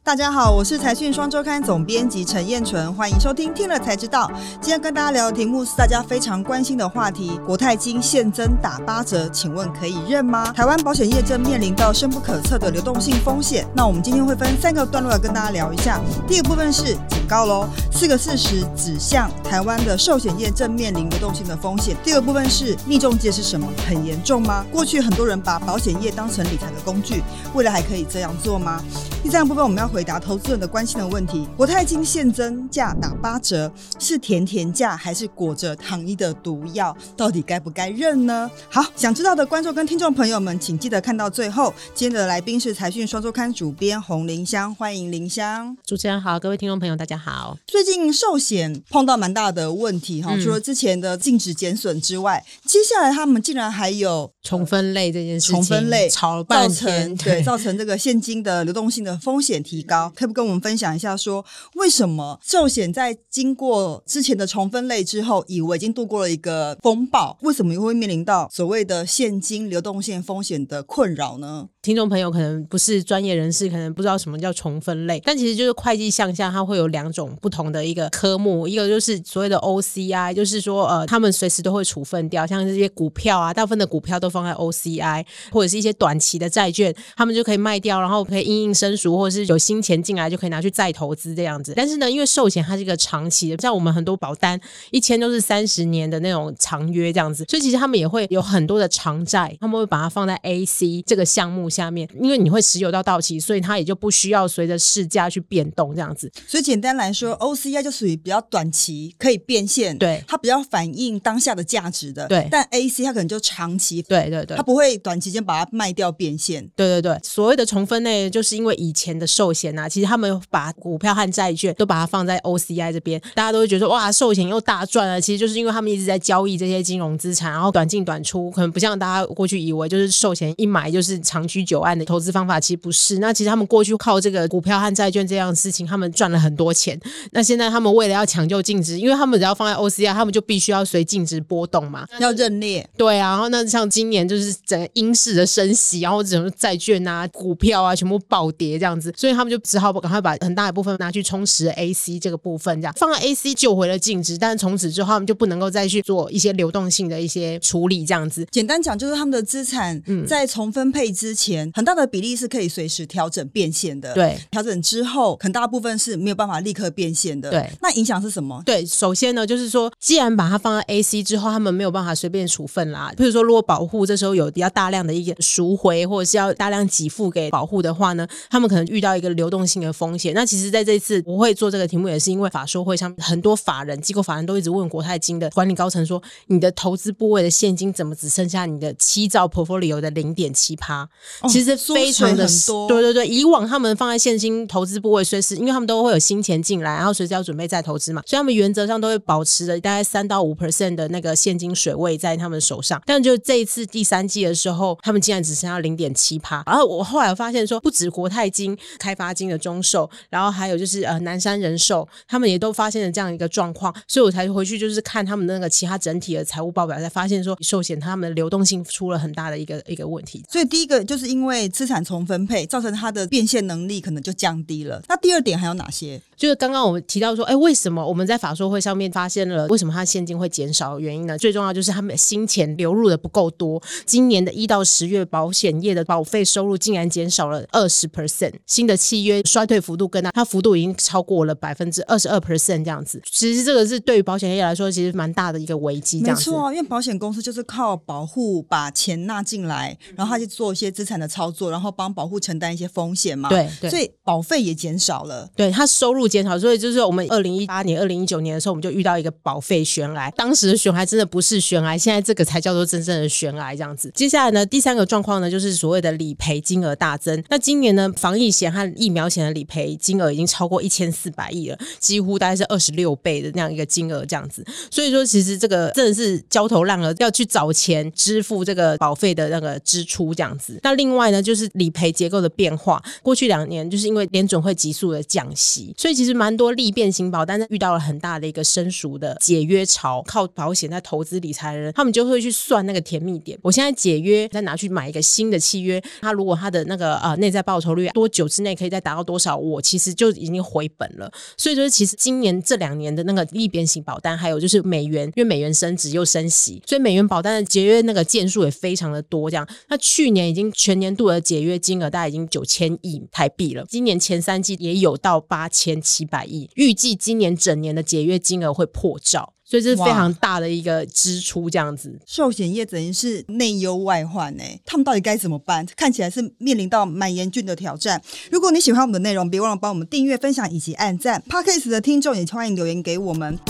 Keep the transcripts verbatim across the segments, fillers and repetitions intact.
大家好，我是财讯双周刊总编辑陈燕纯，欢迎收听听了才知道。今天跟大家聊的题目是大家非常关心的话题，国泰金现增打八折，请问可以认吗？台湾保险业正面临到深不可测的流动性风险，那我们今天会分三个段落来跟大家聊一下。第一个部分是警告咯，四个事实指向台湾的寿险业正面临流动性的风险。第二个部分是逆中介是什么，很严重吗？过去很多人把保险业当成理财的工具，未来还可以这样做吗？第三个部分我们要回答投资人的关心的问题，国泰金现增价打八折，是甜甜价还是裹着糖衣的毒药？到底该不该认呢？好，想知道的观众跟听众朋友们请记得看到最后。今天的来宾是财讯双周刊主编洪林香，欢迎林香。 主持人好，各位听众朋友大家好。 最近寿险碰到蛮大的问题、嗯、除了之前的净值减损之外，接下来他们竟然还有重分类这件事情， 重分类吵了半天， 造成对造成这个现金的流动性的风险提高。可不可以跟我们分享一下说，为什么寿险在经过之前的重分类之后，以为已经度过了一个风暴，为什么又会面临到所谓的现金流动性风险的困扰呢？ 听众朋友可能不是专业人士，可能不知道什么叫重分类，但其实就是会计项下它会有两种不同的一个科目，一个就是所谓的 O C I， 就是说呃，他们随时都会处分掉，像这些股票啊，大部分的股票都放在 O C I， 或者是一些短期的债券，他们就可以卖掉，然后可以因应申赎，或者是有新钱进来就可以拿去再投资这样子。但是呢，因为寿险它是一个长期的，像我们很多保单一签都是三十年的那种长约这样子，所以其实他们也会有很多的长债，他们会把它放在 A C 这个项目下面，因为你会持有到到期，所以它也就不需要随着市价去变动这样子。 所以简单来说 O C I 就属于比较短期可以变现， 对， 它比较反映当下的价值的， 对。 但 A C 它可能就长期， 对对对， 它不会短期间把它卖掉变现。 对对对，所谓的重分类就是因为以前的寿险啊，其实他们把股票和债券都把它放在 O C I 这边，大家都会觉得哇寿险又大赚了，其实就是因为他们一直在交易这些金融资产，然后短进短出，可能不像大家过去以为就是寿险一买就是长居久安的投资方法，其实不是。那其实他们过去靠这个股票和债券这样的事情他们赚了很多钱，那现在他们为了要抢救净值，因为他们只要放在 O C I 他们就必须要随净值波动嘛， 要认列。 对啊，然后那像今年就是整个英式的升息，然后整个债券啊股票啊全部暴跌这样子，所以他们就只好赶快把很大一部分拿去充实 A C 这个部分，这样放在 A C 救回了净值，但是从此之后他们就不能够再去做一些流动性的一些处理这样子。 简单讲就是他们的资产在重分配之前、嗯、很大的比例是可以随时调整变现的， 对， 调整之后很大部分是没有办法立刻变现的， 对。 那影响是什么？ 对，首先呢就是说既然把它放在 A C 之后，他们没有办法随便处分啦，譬如说如果保护这时候有比较大量的一个赎回，或者是要大量给付给保护的话呢，他们可能遇到一个流动性的风险。那其实在这次我会做这个题目也是因为法说会上很多法人机构法人都一直问国泰金的管理高层说，你的投资部位的现金怎么只剩下你的七兆 portfolio 的 零点七趴、哦、其实非常的多，对对对，以往他们放在现金投资部位随时因为他们都会有新钱进来，然后随时要准备再投资嘛，所以他们原则上都会保持着大概三到五 percent 的那个现金水位在他们手上，但就这一次第三季的时候他们竟然只剩下 零点七趴。然后我后来发现说不止国泰金、开发金的中寿，然后还有就是呃南山人寿，他们也都发现了这样一个状况，所以我才回去就是看他们那个其他整体的财务报表，才发现说寿险他们的流动性出了很大的一个一个问题。 所以第一个就是因为资产重分配造成它的变现能力可能就降低了。那第二点还有哪些？ 就是刚刚我们提到说，哎，为什么我们在法说会上面发现了为什么它现金会减少的原因呢？最重要就是他们新钱流入的不够多，今年的一到十月保险业的保费收入竟然减少了 百分之二十， 新的契约衰退幅度跟它它幅度已经超过了 百分之二十二 这样子。其实这个是对于保险业来说其实蛮大的一个危机这样子。 没错啊，因为保险公司就是靠保护把钱纳进来，然后他去做一些资产的操作，然后帮保护承担一些风险嘛， 对对， 所以保费也减少了， 对，它收入减少，所以就是我们二零一八年二零一九年的时候我们就遇到一个保费悬崖，当时的悬崖真的不是悬崖，现在这个才叫做真正的悬崖这样子。接下来呢第三个状况呢就是所谓的理赔金额大增，那今年呢防疫险和疫苗险的理赔金额已经超过一千四百亿了，几乎大概是二十六倍的那样一个金额这样子。所以说其实这个真的是焦头烂额，要去找钱支付这个保费的那个支出这样子。那另外呢就是理赔结构的变化，过去两年就是因为联准会急速的降息，所以其实蛮多利变型保单遇到了很大的一个申赎的解约潮，靠保险在投资理财的人，他们就会去算那个甜蜜点，我现在解约再拿去买一个新的契约，他如果他的那个呃内在报酬率多久之内可以再达到多少，我其实就已经回本了。所以就是其实今年这两年的那个利变型保单，还有就是美元，因为美元升值又升息，所以美元保单的解约那个件数也非常的多，这样那去年已经全年度的解约金额大概已经九千亿台币了，今年前三季也有到八千七百亿，预计今年整年的解约金额会破兆，所以这是非常大的一个支出这样子。 寿险业等于是内忧外患欸，他们到底该怎么办？看起来是面临到蛮严峻的挑战。如果你喜欢我们的内容，别忘了帮我们订阅、分享以及按赞。 Podcast 的听众也欢迎留言给我们。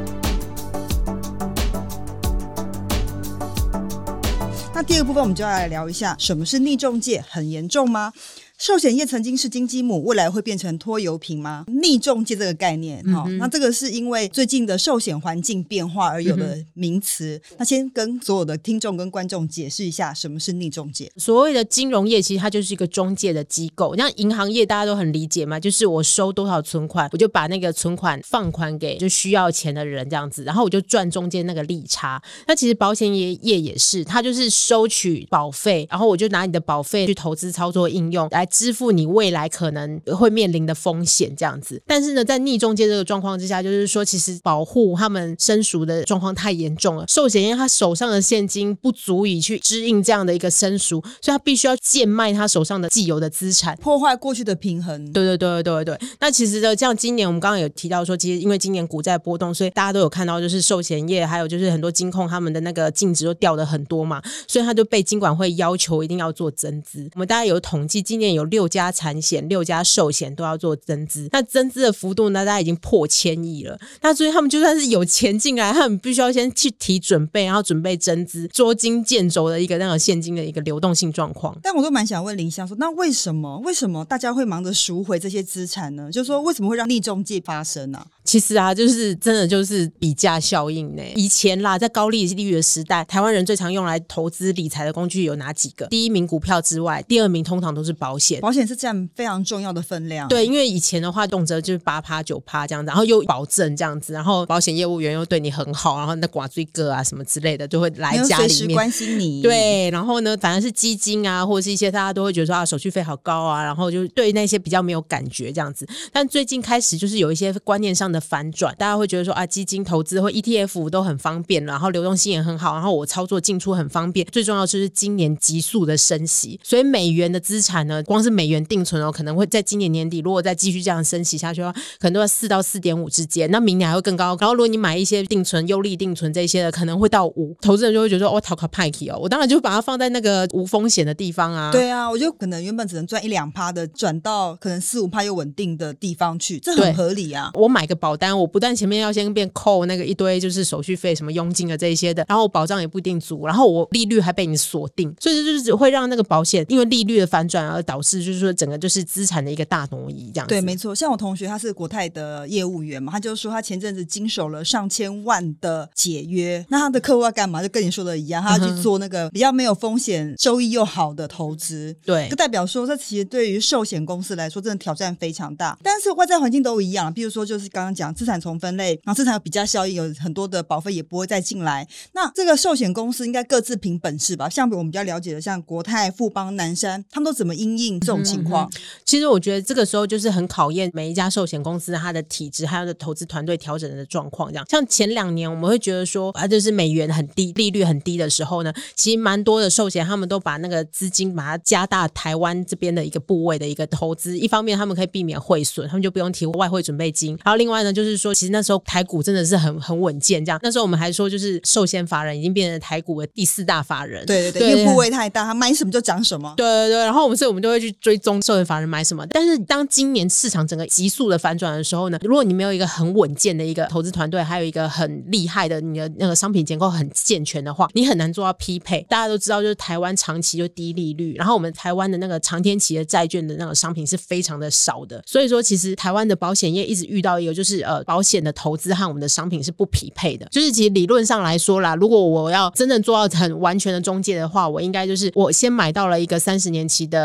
那第二个部分我们就要来聊一下，什么是逆中介，很严重吗？寿险业曾经是金鸡母，未来会变成拖油瓶吗？逆中介这个概念、嗯哦、那这个是因为最近的寿险环境变化而有的名词、嗯、那先跟所有的听众跟观众解释一下什么是逆中介。 所谓的金融业其实它就是一个中介的机构，像银行业大家都很理解嘛，就是我收多少存款，我就把那个存款放款给就需要钱的人这样子，然后我就赚中间那个利差。那其实保险业也是，它就是收取保费，然后我就拿你的保费去投资操作应用来支付你未来可能会面临的风险这样子。但是呢，在逆中介这个状况之下，就是说其实保护他们申赎的状况太严重了，寿险业他手上的现金不足以去支应这样的一个申赎，所以他必须要贱卖他手上的既有的资产， 破坏过去的平衡。 对对对对对对。那其实呢，像今年我们刚刚有提到说，其实因为今年股债波动，所以大家都有看到就是寿险业还有就是很多金控他们的那个净值都掉的很多嘛，所以他就被金管会要求一定要做增资。我们大家有统计，今年有六家产险、六家寿险都要做增资，那增资的幅度呢，大概已经破千亿了。那所以他们就算是有钱进来，他们必须要先去提准备，然后准备增资，捉襟见肘的一个那种现金的一个流动性状况。 但我都蛮想问林香说，那为什么为什么大家会忙着赎回这些资产呢？就是说为什么会让逆中介发生呢、啊？ 其实啊，就是真的就是比价效应呢。以前啦，在高利率的时代，台湾人最常用来投资理财的工具有哪几个？第一名股票之外，第二名通常都是保险。 保险是占非常重要的分量。 对，因为以前的话动辄就是八趴九趴这样子，然后又保证这样子，然后保险业务员又对你很好，然后那寡追哥啊什么之类的就会来家里面随时关心你。 对，然后呢反而是基金啊或者是一些大家都会觉得说啊手续费好高啊，然后就对那些比较没有感觉这样子。但最近开始就是有一些观念上的反转，大家会觉得说啊基金投资或 E T F 都很方便，然后流动性也很好，然后我操作进出很方便，最重要就是今年急速的升息，所以美元的资产呢，光是美元定存哦，可能会在今年年底如果再继续这样升息下去的话，可能都要四到四点五之间，那明年还会更高。然后如果你买一些定存、优利定存这些的，可能会到五，投资人就会觉得哦，讨卡派克哦，我当然就把它放在那个无风险的地方啊。 对啊，我就可能原本只能赚一两趴的，转到可能四五趴又稳定的地方去，这很合理啊。 我买个保单，我不但前面要先变扣那个一堆就是手续费、什么佣金的这一些的，然后我保障也不一定足，然后我利率还被你锁定，所以就是只会让那个保险因为利率的反转而导致就是说整个就是资产的一个大挪移这样子。 对，没错。像我同学他是国泰的业务员嘛，他就说他前阵子经手了上千万的解约，那他的客户要干嘛？就跟你说的一样，他要去做那个比较没有风险、收益又好的投资。 对， 就代表说这其实对于寿险公司来说真的挑战非常大。但是外在环境都一样，比如说就是刚刚讲资产重分类，然后资产有比价效应，有很多的保费也不会再进来。那这个寿险公司应该各自凭本事吧？像我们比较了解的像国泰、富邦、南山，他们都怎么因应这种情况、嗯、 其实我觉得这个时候就是很考验每一家寿险公司它的体质还有的投资团队调整的状况。这样像前两年我们会觉得说啊，就是美元很低，利率很低的时候呢，其实蛮多的寿险他们都把那个资金把它加大台湾这边的一个部位的一个投资，一方面他们可以避免汇损，他们就不用提外汇准备金，然后另外呢就是说其实那时候台股真的是很很稳健，这样那时候我们还说就是寿险法人已经变成台股的第四大法人。 对对对，因为部位太大，他买什么就涨什么。 对对对，然后我们所以我们就会去追踪寿险法人买什么。但是当今年市场整个急速的反转的时候呢，如果你没有一个很稳健的一个投资团队，还有一个很厉害的你的那个商品结构很健全的话，你很难做到匹配。大家都知道就是台湾长期就低利率，然后我们台湾的那个长天期的债券的那个商品是非常的少的，所以说其实台湾的保险业一直遇到一个就是呃保险的投资和我们的商品是不匹配的。就是其实理论上来说啦，如果我要真正做到很完全的中介的话，我应该就是我先买到了一个三十年期的商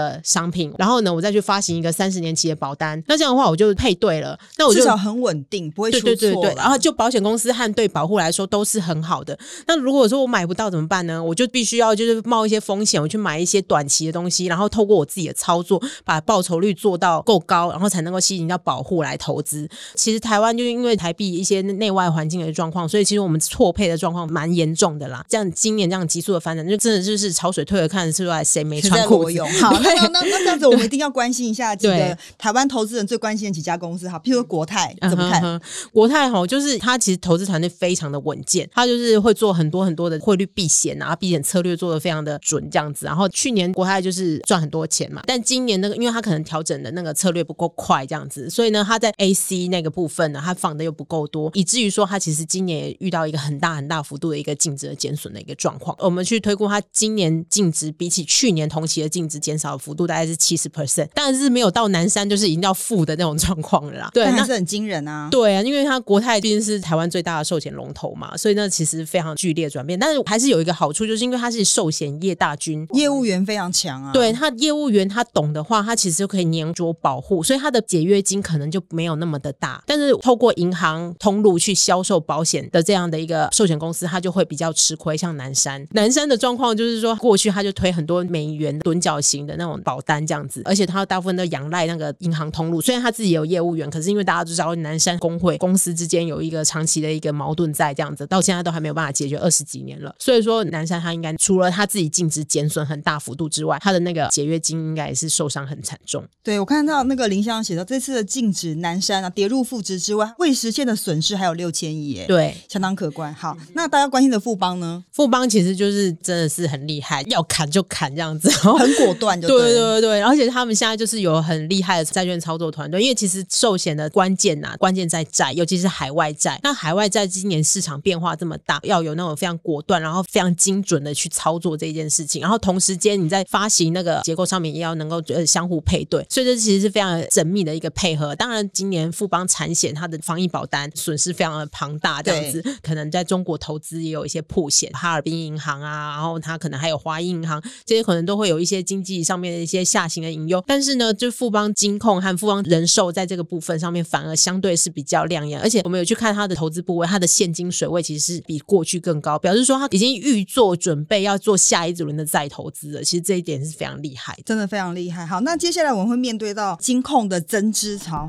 商品，然后呢我再去发行一个三十年期的保单，那这样的话我就配对了，那我就至少很稳定，不会出错。 对对对对，然后就保险公司和对保户来说都是很好的。那如果说我买不到怎么办呢？我就必须要就是冒一些风险，我去买一些短期的东西，然后透过我自己的操作把报酬率做到够高，然后才能够吸引到保户来投资。其实台湾就是因为台币一些内外环境的状况，所以其实我们错配的状况蛮严重的啦。这样今年这样急速的发展，就真的就是潮水退了看是来谁没穿裤子。 好，那那那那这样子我们一定要关心一下几个台湾投资人最关心的几家公司，好，譬如说国泰怎么看？嗯、 国泰齁，就是他其实投资团队非常的稳健，他就是会做很多很多的汇率避险啊，避险策略做得非常的准这样子。然后去年国泰就是赚很多钱嘛，但今年那个因为他可能调整的那个策略不够快这样子，所以呢他在 A C 那个部分呢他放的又不够多，以至于说他其实今年也遇到一个很大很大幅度的一个净值的减损的一个状况。我们去推估他今年净值比起去年同期的净值减少的幅度大概是 百分之七十， 但是没有到南山就是已经到负的那种状况了啦。对， 那还是很惊人啊。 对啊，因为他国泰毕竟是台湾最大的寿险龙头嘛，所以那其实非常剧烈转变。但是还是有一个好处，就是因为他是寿险业大军， 业务员非常强啊。 对，他业务员他懂的话，他其实就可以黏着保护，所以他的解约金可能就没有那么的大。但是透过银行通路去销售保险的这样的一个寿险公司，他就会比较吃亏。像南山，南山的状况就是说，过去他就推很多美元趸缴型的那种保单这样子，而且他大部分都仰赖那个银行通路。虽然他自己有业务员，可是因为大家都知道南山工会公司之间有一个长期的一个矛盾在这样子，到现在都还没有办法解决，二十几年了。所以说南山他应该除了他自己净值减损很大幅度之外，他的那个解约金应该也是受伤很惨重。 对，我看到那个林先生写到这次的净值南山啊跌入负值之外，未实现的损失还有六千亿耶， 对， 相当可观。好，那大家关心的富邦呢？ 富邦其实就是真的是很厉害，要砍就砍这样子， 很果断就对。 对对对，而且他们现在就是有很厉害的债券操作团队，因为其实寿险的关键啊，关键在债，尤其是海外债。那海外债今年市场变化这么大，要有那种非常果断，然后非常精准的去操作这件事情，然后同时间你在发行那个结构上面也要能够呃相互配对，所以这其实是非常缜密的一个配合。当然今年富邦产险它的防疫保单损失非常的庞大，这样子可能在中国投资也有一些曝险，哈尔滨银行啊，然后它可能还有华银银行，这些可能都会有一些经济上面的一些下行的隐忧。但是呢，就富邦金控和富邦人寿在这个部分上面反而相对是比较亮眼，而且我们有去看它的投资部位，它的现金水位其实是比过去更高，表示说它已经预做准备要做下一轮的再投资了。其实这一点是非常厉害的， 真的非常厉害。好，那接下来我们会面对到金控的增资潮。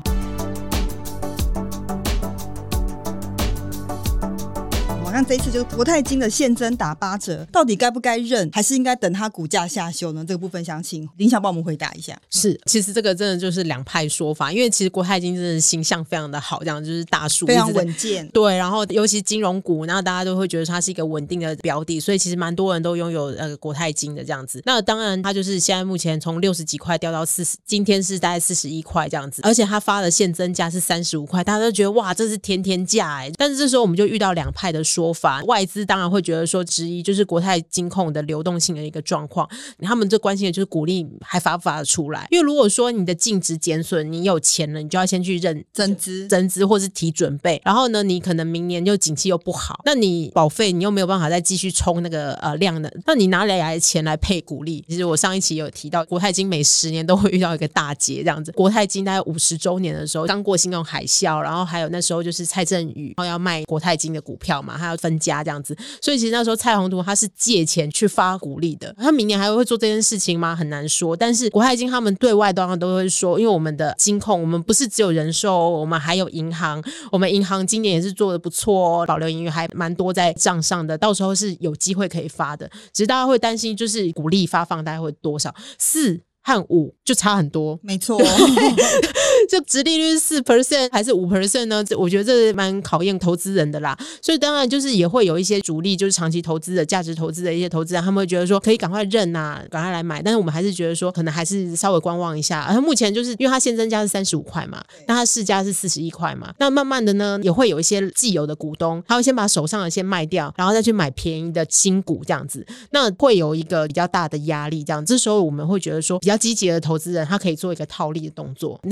那这一次就是国泰金的现增打八折，到底该不该认，还是应该等它股价下修呢？这个部分想请林想帮我们回答一下。 是，其实这个真的就是两派说法，因为其实国泰金真的形象非常的好，这样就是大树非常稳健， 对，然后尤其金融股，然后大家都会觉得它是一个稳定的标的，所以其实蛮多人都拥有呃国泰金的这样子。那当然它就是现在目前从六十几块掉到四十，今天是大概四十一块这样子，而且它发的现增价是三十五块，大家都觉得哇这是天天价哎。但是这时候我们就遇到两派的说法，外资当然会觉得说质疑就是国泰金控的流动性的一个状况，他们最关心的就是股利还发不发得出来，因为如果说你的净值减损，你有钱了，你就要先去认增资增资或是提准备，然后呢你可能明年就景气又不好，那你保费你又没有办法再继续冲那个呃量的，那你拿来钱来配股利。其实我上一期有提到国泰金每十年都会遇到一个大劫这样子，国泰金大概五十周年的时候刚过信用海啸，然后还有那时候就是蔡正宇然后要卖国泰金的股票嘛，他要分家这样子，所以其实那时候蔡宏图他是借钱去发股利的，他明年还会做这件事情吗？很难说。但是国泰金他们对外当然都会说，因为我们的金控我们不是只有人寿，我们还有银行，我们银行今年也是做得不错哦，保留盈余还蛮多在账上的，到时候是有机会可以发的，只是大家会担心就是股利发放大概会多少，四和五就差很多， 没错就殖利率是 百分之四 还是 百分之五 呢？我觉得这蛮考验投资人的啦。所以当然就是也会有一些主力就是长期投资的价值投资的一些投资人，他们会觉得说可以赶快认啊，赶快来买，但是我们还是觉得说可能还是稍微观望一下。而目前就是因为它现增价是三十五块嘛，那它市价是四十一块嘛，那慢慢的呢也会有一些既有的股东他会先把手上的先卖掉，然后再去买便宜的新股这样子，那会有一个比较大的压力这样。这时候我们会觉得说比较积极的投资人他可以做一个套利的动作，那你还是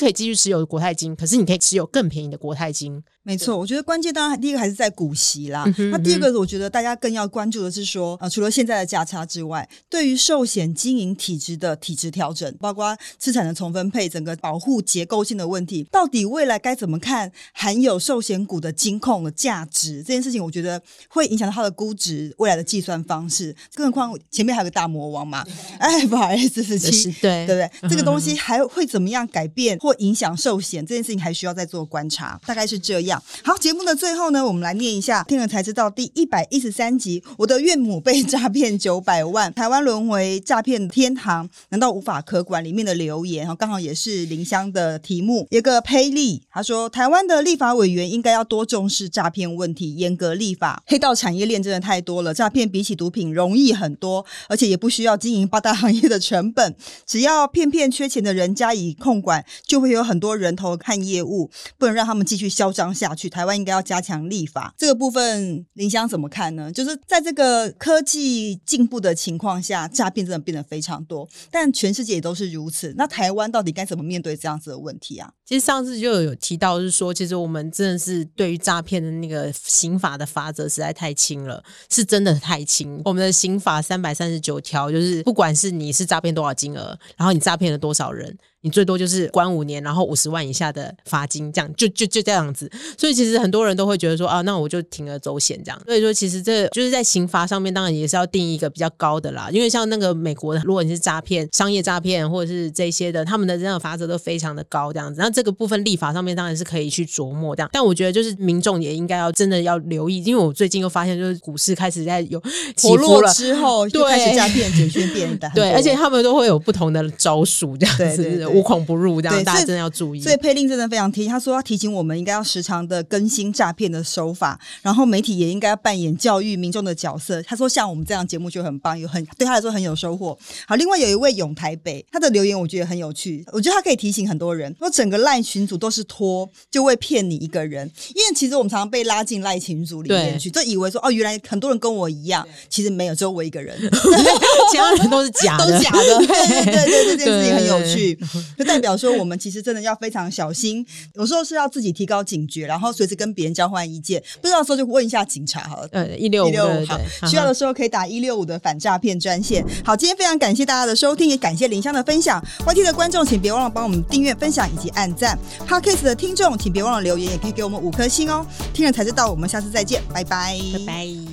可以继续持有国泰金，可是你可以持有更便宜的国泰金。 没错，我觉得关键当然第一个还是在股息啦、 嗯哼， 那第二个我觉得大家更要关注的是说、呃、除了现在的价差之外，对于寿险经营体质的体质调整，包括资产的重分配，整个保护结构性的问题，到底未来该怎么看含有寿险股的金控的价值，这件事情我觉得会影响到它的估值未来的计算方式，更何况前面还有个大魔王嘛 I F R S 十七， 对对不对、嗯、这个东西还会怎么样改变或影响寿险，这件事情还需要再做观察，大概是这样。好，节目的最后呢，我们来念一下听了才知道第一百一十三集，我的岳母被诈骗九百万，台湾沦为诈骗天堂，难道无法可管里面的留言，刚好也是林香的题目。有个佩利他说，台湾的立法委员应该要多重视诈骗问题，严格立法，黑道产业链真的太多了，诈骗比起毒品容易很多，而且也不需要经营八大行业的成本，只要骗骗缺钱的人加以控管，就会有很多人头看业务，不能让他们继续嚣张下去，台湾应该要加强立法。这个部分林香怎么看呢？就是在这个科技进步的情况下，诈骗真的变得非常多，但全世界也都是如此，那台湾到底该怎么面对这样子的问题啊？ 其实上次就有提到是说，其实我们真的是对于诈骗的那个刑法的法则实在太轻了，是真的太轻。我们的刑法三百三十九条，就是不管是你是诈骗多少金额，然后你诈骗了多少人，你最多就是关五年，然后五十万以下的罚金，这样就就就这样子。所以其实很多人都会觉得说啊，那我就铤而走险这样。所以说其实这就是在刑罚上面，当然也是要定一个比较高的啦。因为像那个美国的，如果你是诈骗、商业诈骗或者是这些的，他们的这样的罚则都非常的高这样子。那这个部分立法上面当然是可以去琢磨这样，但我觉得就是民众也应该要真的要留意，因为我最近又发现就是股市开始在有起伏了之后，就开始诈骗简讯变得对，而且他们都会有不同的招数这样子，对对对，无孔不入这样，大家真的要注意。 所以佩令真的非常提醒，他说要提醒我们应该要时常的更新诈骗的手法，然后媒体也应该要扮演教育民众的角色。他说像我们这样节目就很棒，有很对他来说很有收获。好，另外有一位永台北，他的留言我觉得很有趣，我觉得他可以提醒很多人，说整个赖群组都是托就会骗你一个人，因为其实我们常常被拉进赖群组里面去，就以为说哦原来很多人跟我一样，其实没有，只有我一个人其他人都是假的， 都是假的对对对对，这件事情很有趣，就代表说我们其实真的要非常小心，有时候是要自己提高警觉，然后随时跟别人交换意见，不知道的时候就问一下警察好了。 呃，一六五好，需要的时候可以打一六五的反诈骗专线。好，今天非常感谢大家的收听，也感谢林香的分享。Y T 的观众请别忘了帮我们订阅、分享以及按赞。Podcast 的听众请别忘了留言，也可以给我们五颗星哦。听了才知道，我们下次再见，拜拜， 拜拜。